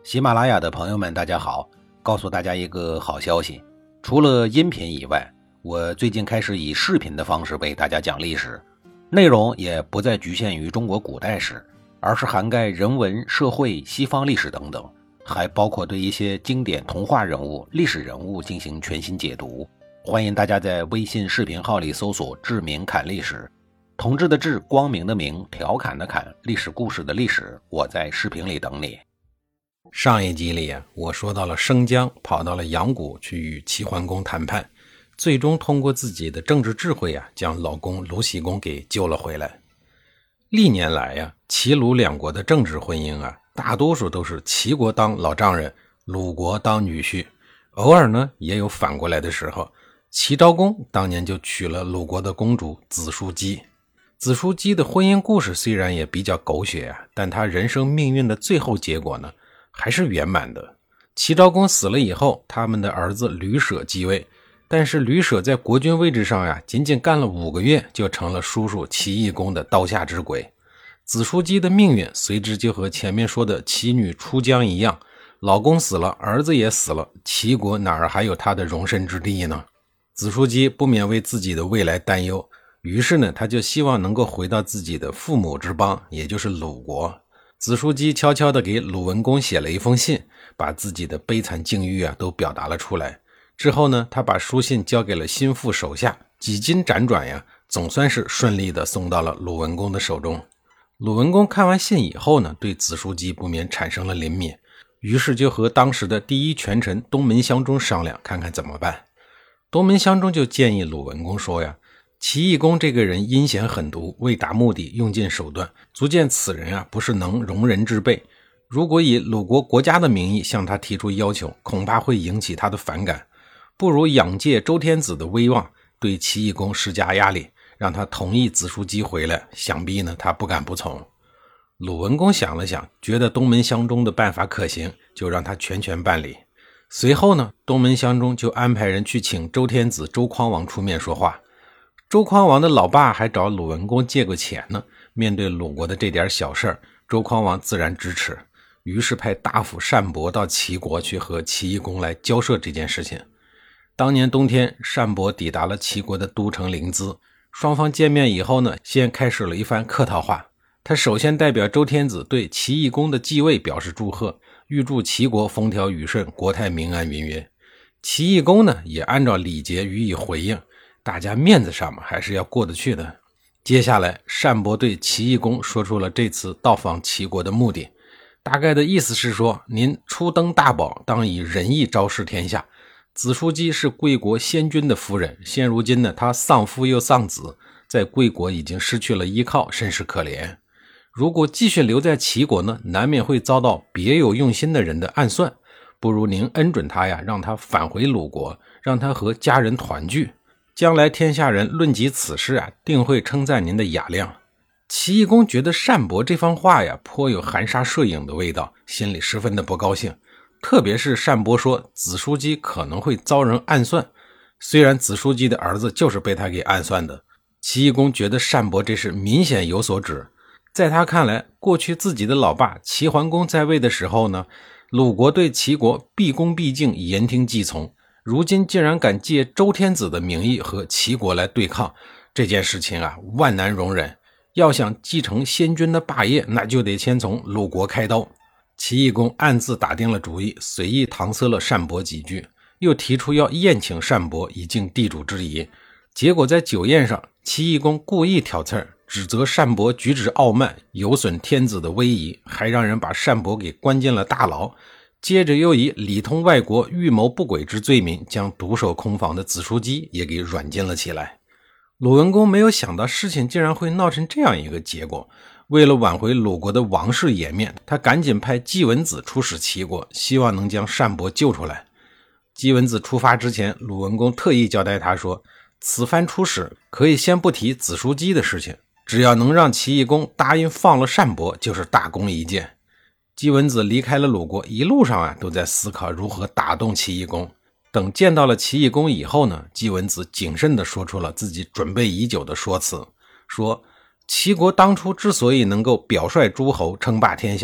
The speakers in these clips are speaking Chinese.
喜马拉雅的朋友们大家好，告诉大家一个好消息，除了音频以外，我最近开始以视频的方式为大家讲历史，内容也不再局限于中国古代史，而是涵盖人文、社会、西方历史等等，还包括对一些经典童话人物、历史人物进行全新解读。欢迎大家在微信视频号里搜索志明侃历史，同志的志，光明的明，调侃的侃，历史故事的历史，我在视频里等你。 上一集里我说到了生姜跑到了阳谷去与齐桓公谈判，最终通过自己的政治智慧将老公鲁僖公给救了回来。历年来齐鲁两国的政治婚姻大多数都是齐国当老丈人，鲁国当女婿，偶尔呢也有反过来的时候。齐昭公当年就娶了鲁国的公主子叔姬。子叔姬的婚姻故事虽然也比较狗血但他人生命运的最后结果呢还是圆满的。齐昭公死了以后，他们的儿子吕舍继位，但是吕舍在国君位置上仅仅干了5个月，就成了叔叔齐懿公的刀下之鬼。子叔姬的命运随之就和前面说的齐女出江一样，老公死了，儿子也死了，齐国哪儿还有他的容身之地呢？子叔姬不免为自己的未来担忧，于是呢，他就希望能够回到自己的父母之邦，也就是鲁国。子叔姬悄悄地给鲁文公写了一封信，把自己的悲惨境遇都表达了出来。之后呢，他把书信交给了心腹手下，几经辗转总算是顺利地送到了鲁文公的手中。鲁文公看完信以后呢，对子叔姬不免产生了怜悯，于是就和当时的第一权臣东门襄中商量，看看怎么办。东门襄中就建议鲁文公说齐懿公这个人阴险狠毒，为达目的用尽手段，足见此人不是能容人之辈。如果以鲁国国家的名义向他提出要求，恐怕会引起他的反感。不如仰借周天子的威望，对齐懿公施加压力，让他同意子叔姬回来，想必呢他不敢不从。鲁文公想了想，觉得东门襄中的办法可行，就让他全办理。随后呢，东门襄中就安排人去请周天子周匡王出面说话。周匡王的老爸还找鲁文公借过钱呢，面对鲁国的这点小事儿，周匡王自然支持，于是派大夫单伯到齐国去和齐懿公来交涉这件事情。当年冬天，单伯抵达了齐国的都城临淄，双方见面以后呢，先开始了一番客套话。他首先代表周天子对齐懿公的继位表示祝贺，预祝齐国风调雨顺，国泰民安云。齐懿公呢也按照礼节予以回应，大家面子上还是要过得去的。接下来单伯对齐懿公说出了这次到访齐国的目的，大概的意思是说，您初登大宝，当以仁义昭示天下。子叔姬是贵国先君的夫人，现如今呢，她丧夫又丧子，在贵国已经失去了依靠，甚是可怜。如果继续留在齐国呢，难免会遭到别有用心的人的暗算，不如您恩准他让他返回鲁国，让他和家人团聚，将来天下人论及此事定会称赞您的雅量。齐懿公觉得单伯这番话颇有含沙射影的味道，心里十分的不高兴，特别是单伯说子叔姬可能会遭人暗算，虽然子叔姬的儿子就是被他给暗算的，齐懿公觉得单伯这是明显有所指。在他看来，过去自己的老爸齐桓公在位的时候呢，鲁国对齐国毕恭毕敬，言听计从，如今竟然敢借周天子的名义和齐国来对抗，这件事情万难容忍。要想继承先君的霸业，那就得先从鲁国开刀。齐懿公暗自打定了主意，随意搪塞了单伯几句，又提出要宴请单伯以尽地主之谊。结果在酒宴上，齐懿公故意挑刺，指责单伯举止傲慢，有损天子的威仪，还让人把单伯给关进了大牢。接着又以里通外国，预谋不轨之罪名，将独守空房的子叔姬也给软禁了起来。鲁文公没有想到事情竟然会闹成这样一个结果，为了挽回鲁国的王室颜面，他赶紧派季文子出使齐国，希望能将单伯救出来。季文子出发之前，鲁文公特意交代他说，此番出使可以先不提子叔姬的事情，只要能让齐懿公答应放了单伯，就是大功一件。季文子离开了鲁国，一路上都在思考如何打动齐懿公。等见到了齐懿公以后呢，季文子谨慎地说出了自己准备已久的说辞，说齐国当初之所以能够表率诸侯称霸天下，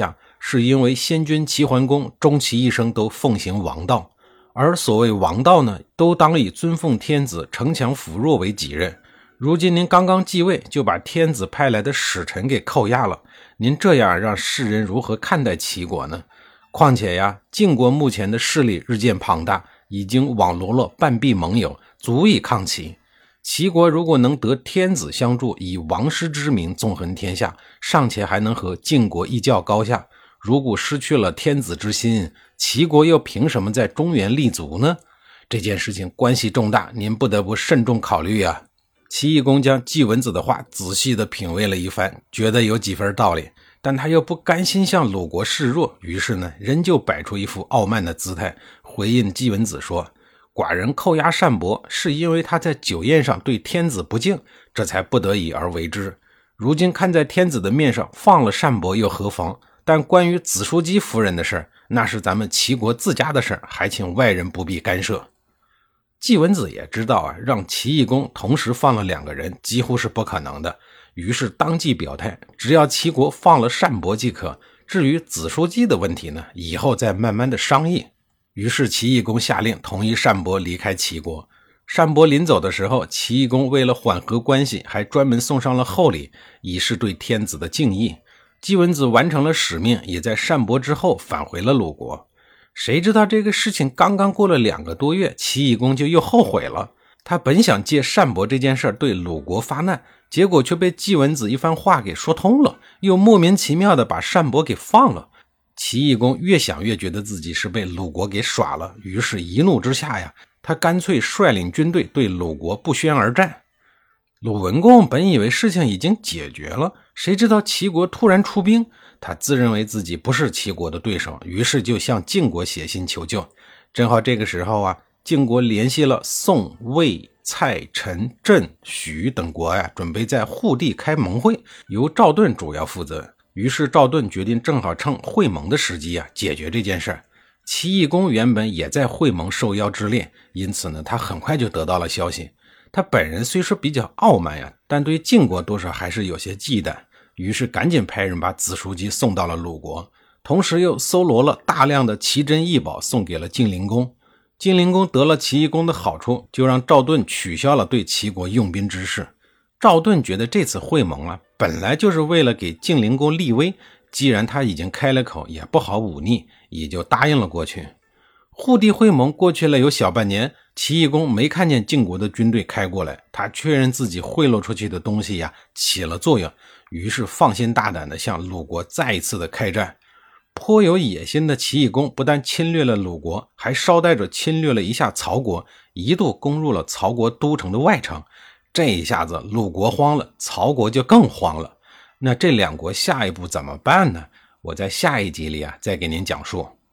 是因为先君齐桓公终其一生都奉行王道，而所谓王道呢，都当以尊奉天子、城强扶弱为己任。如今您刚刚继位，就把天子派来的使臣给扣押了，您这样让世人如何看待齐国呢？况且呀，晋国目前的势力日渐庞大，已经网罗了半壁盟友，足以抗齐。齐国如果能得天子相助，以王师之名纵横天下，尚且还能和晋国一较高下。如果失去了天子之心，齐国又凭什么在中原立足呢？这件事情关系重大，您不得不慎重考虑啊。齐懿公将季文子的话仔细地品味了一番，觉得有几分道理，但他又不甘心向鲁国示弱，于是呢，仍旧摆出一副傲慢的姿态，回应季文子说：寡人扣押单伯，是因为他在酒宴上对天子不敬，这才不得已而为之。如今看在天子的面上，放了单伯又何妨？但关于子叔姬夫人的事，那是咱们齐国自家的事，还请外人不必干涉。季文子也知道啊，让齐懿公同时放了2个人几乎是不可能的，于是当即表态，只要齐国放了单伯即可，至于子叔姬的问题呢，以后再慢慢的商议。于是齐懿公下令同意单伯离开齐国。单伯临走的时候，齐懿公为了缓和关系，还专门送上了厚礼，以示对天子的敬意。季文子完成了使命，也在单伯之后返回了鲁国。谁知道这个事情刚刚过了2个多月，齐懿公就又后悔了。他本想借单伯这件事对鲁国发难，结果却被季文子一番话给说通了，又莫名其妙的把单伯给放了。齐懿公越想越觉得自己是被鲁国给耍了，于是一怒之下呀，他干脆率领军队对鲁国不宣而战。鲁文公本以为事情已经解决了，谁知道齐国突然出兵，他自认为自己不是齐国的对手，于是就向晋国写信求救。正好这个时候啊，晋国联系了宋、魏、蔡、陈、郑、许等国呀，准备在护地开盟会，由赵盾主要负责。于是赵盾决定正好趁会盟的时机啊，解决这件事。齐懿公原本也在会盟受邀之列，因此呢，他很快就得到了消息。他本人虽说比较傲慢呀，但对晋国多少还是有些忌惮，于是赶紧派人把子叔姬送到了鲁国，同时又搜罗了大量的奇珍异宝送给了晋灵公。晋灵公得了齐懿公的好处，就让赵盾取消了对齐国用兵之事。赵盾觉得这次会盟啊，本来就是为了给晋灵公立威，既然他已经开了口，也不好忤逆，也就答应了过去。护地会盟过去了有小半年，齐懿公没看见晋国的军队开过来，他确认自己贿赂出去的东西呀起了作用，于是放心大胆地向鲁国再一次的开战。颇有野心的齐懿公不但侵略了鲁国，还捎带着侵略了一下曹国，一度攻入了曹国都城的外城。这一下子鲁国慌了，曹国就更慌了。那这2国下一步怎么办呢？我在下一集里啊再给您讲述。